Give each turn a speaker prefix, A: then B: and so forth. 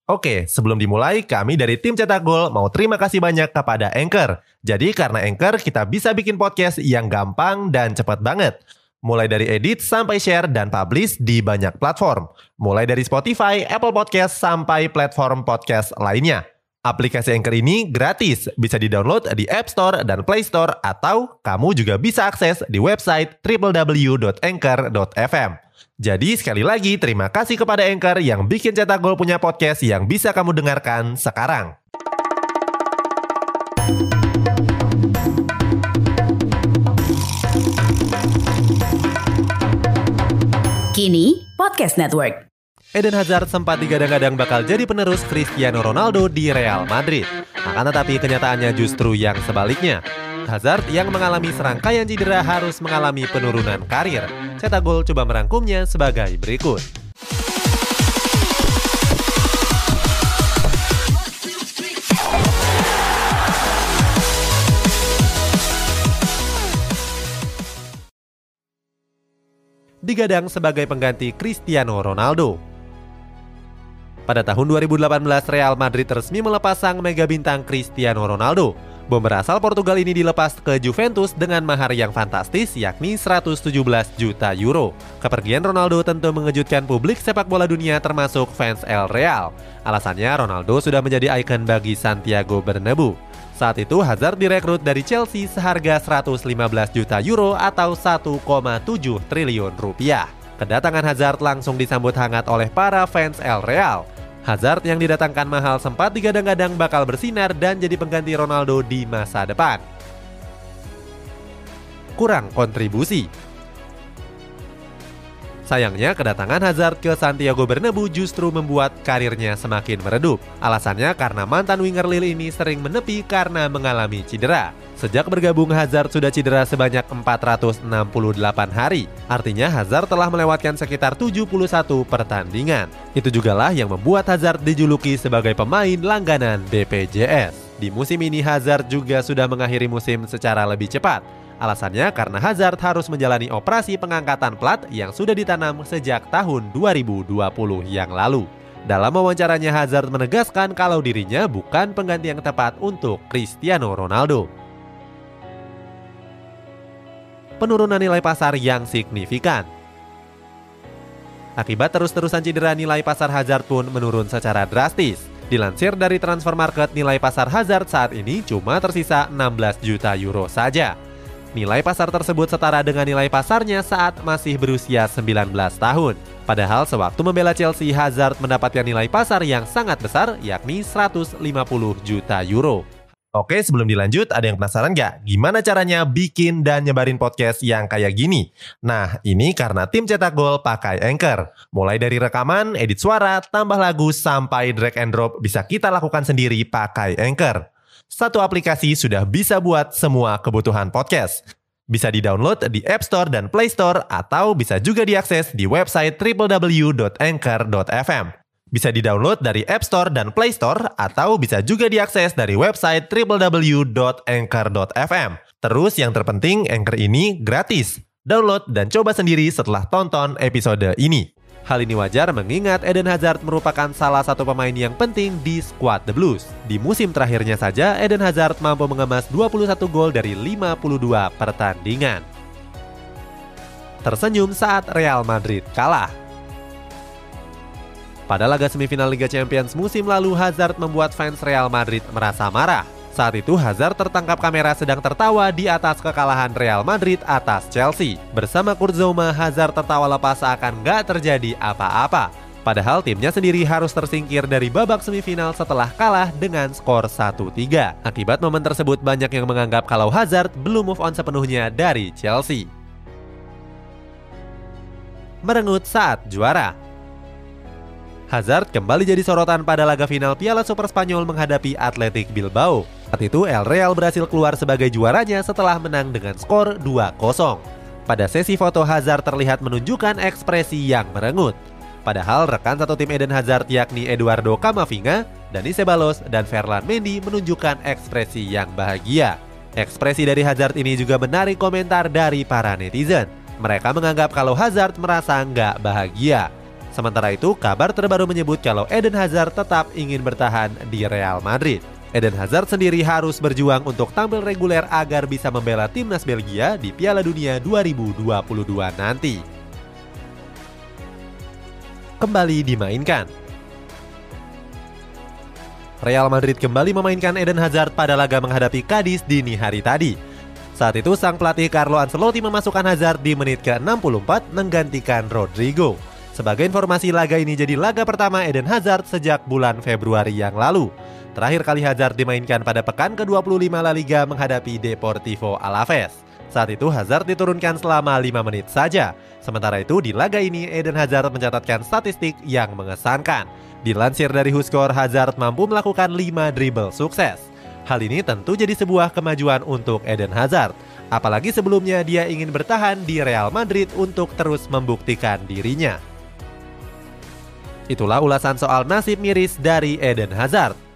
A: Oke, sebelum dimulai, kami dari tim Cetak Gol mau terima kasih banyak kepada Anchor. Jadi karena Anchor, kita bisa bikin podcast yang gampang dan cepat banget. Mulai dari edit sampai share dan publish di banyak platform. Mulai dari Spotify, Apple Podcast, sampai platform podcast lainnya. Aplikasi Anchor ini gratis, bisa di-download di App Store dan Play Store, atau kamu juga bisa akses di website www.anchor.fm. Jadi sekali lagi terima kasih kepada Anchor yang bikin Cetak Gol punya podcast yang bisa kamu dengarkan sekarang.
B: Kini Podcast Network.
A: Eden Hazard sempat digadang-gadang bakal jadi penerus Cristiano Ronaldo di Real Madrid. Akan tetapi kenyataannya justru yang sebaliknya. Hazard yang mengalami serangkaian cedera harus mengalami penurunan karir. Cetak Gol coba merangkumnya sebagai berikut. Digadang sebagai pengganti Cristiano Ronaldo. Pada tahun 2018, Real Madrid resmi melepas sang mega bintang Cristiano Ronaldo. Bomber asal Portugal ini dilepas ke Juventus dengan mahar yang fantastis, yakni 117 juta euro. Kepergian Ronaldo tentu mengejutkan publik sepak bola dunia termasuk fans El Real. Alasannya, Ronaldo sudah menjadi ikon bagi Santiago Bernabeu. Saat itu Hazard direkrut dari Chelsea seharga 115 juta euro atau 1,7 triliun rupiah. Kedatangan Hazard langsung disambut hangat oleh para fans El Real. Hazard yang didatangkan mahal sempat digadang-gadang bakal bersinar dan jadi pengganti Ronaldo di masa depan. Kurang kontribusi. Sayangnya, kedatangan Hazard ke Santiago Bernabeu justru membuat karirnya semakin meredup. Alasannya karena mantan winger Lille ini sering menepi karena mengalami cedera. Sejak bergabung, Hazard sudah cedera sebanyak 468 hari. Artinya Hazard telah melewatkan sekitar 71 pertandingan. Itu jugalah yang membuat Hazard dijuluki sebagai pemain langganan BPJS. Di musim ini Hazard juga sudah mengakhiri musim secara lebih cepat. Alasannya karena Hazard harus menjalani operasi pengangkatan plat yang sudah ditanam sejak tahun 2020 yang lalu. Dalam wawancaranya, Hazard menegaskan kalau dirinya bukan pengganti yang tepat untuk Cristiano Ronaldo. Penurunan nilai pasar yang signifikan. Akibat terus-terusan cedera, nilai pasar Hazard pun menurun secara drastis. Dilansir dari Transfer Market, nilai pasar Hazard saat ini cuma tersisa 16 juta euro saja. Nilai pasar tersebut setara dengan nilai pasarnya saat masih berusia 19 tahun. Padahal sewaktu membela Chelsea, Hazard mendapatkan nilai pasar yang sangat besar, yakni 150 juta euro. Oke, sebelum dilanjut, ada yang penasaran nggak? Gimana caranya bikin dan nyebarin podcast yang kayak gini? Nah, ini karena tim Cetak Gol pakai Anchor. Mulai dari rekaman, edit suara, tambah lagu, sampai drag and drop bisa kita lakukan sendiri pakai Anchor. Satu aplikasi sudah bisa buat semua kebutuhan podcast. Bisa di-download di App Store dan Play Store, atau bisa juga diakses di website www.anchor.fm. Bisa di-download dari App Store dan Play Store, atau bisa juga diakses dari website www.anchor.fm. Terus yang terpenting, Anchor ini gratis. Download dan coba sendiri setelah tonton episode ini. Hal ini wajar mengingat Eden Hazard merupakan salah satu pemain yang penting di skuad The Blues. Di musim terakhirnya saja, Eden Hazard mampu mengemas 21 gol dari 52 pertandingan. Tersenyum saat Real Madrid kalah. Pada laga semifinal Liga Champions musim lalu, Hazard membuat fans Real Madrid merasa marah. Saat itu Hazard tertangkap kamera sedang tertawa di atas kekalahan Real Madrid atas Chelsea. Bersama Kurt Zouma, Hazard tertawa lepas seakan gak terjadi apa-apa. Padahal timnya sendiri harus tersingkir dari babak semifinal setelah kalah dengan skor 1-3. Akibat momen tersebut, banyak yang menganggap kalau Hazard belum move on sepenuhnya dari Chelsea. Merengut saat juara. Hazard kembali jadi sorotan pada laga final Piala Super Spanyol menghadapi Athletic Bilbao. Saat itu El Real berhasil keluar sebagai juaranya setelah menang dengan skor 2-0. Pada sesi foto, Hazard terlihat menunjukkan ekspresi yang merengut. Padahal rekan satu tim Eden Hazard yakni Eduardo Camavinga, Dani Ceballos, dan Ferland Mendy menunjukkan ekspresi yang bahagia. Ekspresi dari Hazard ini juga menarik komentar dari para netizen. Mereka menganggap kalau Hazard merasa nggak bahagia. Sementara itu, kabar terbaru menyebut kalau Eden Hazard tetap ingin bertahan di Real Madrid. Eden Hazard sendiri harus berjuang untuk tampil reguler agar bisa membela timnas Belgia di Piala Dunia 2022 nanti. Kembali dimainkan. Real Madrid kembali memainkan Eden Hazard pada laga menghadapi Cadiz dini hari tadi. Saat itu sang pelatih Carlo Ancelotti memasukkan Hazard di menit ke-64 menggantikan Rodrigo. Sebagai informasi, laga ini jadi laga pertama Eden Hazard sejak bulan Februari yang lalu. Terakhir kali Hazard dimainkan pada pekan ke-25 La Liga menghadapi Deportivo Alaves. Saat itu Hazard diturunkan selama 5 menit saja. Sementara itu di laga ini Eden Hazard mencatatkan statistik yang mengesankan. Dilansir dari WhoScored, Hazard mampu melakukan 5 dribble sukses. Hal ini tentu jadi sebuah kemajuan untuk Eden Hazard. Apalagi sebelumnya dia ingin bertahan di Real Madrid untuk terus membuktikan dirinya. Itulah ulasan soal nasib miris dari Eden Hazard.